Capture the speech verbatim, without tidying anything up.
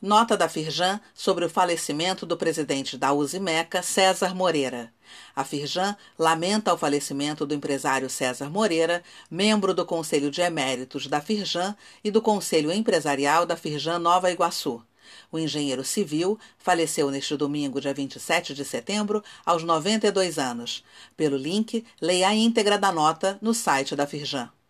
Nota da Firjan sobre o falecimento do presidente da Usimeca, César Moreira. A Firjan lamenta o falecimento do empresário César Moreira, membro do Conselho de Eméritos da Firjan e do Conselho Empresarial da Firjan Nova Iguaçu. O engenheiro civil faleceu neste domingo, dia vinte e sete de setembro, aos noventa e dois anos. Pelo link, leia a íntegra da nota no site da Firjan.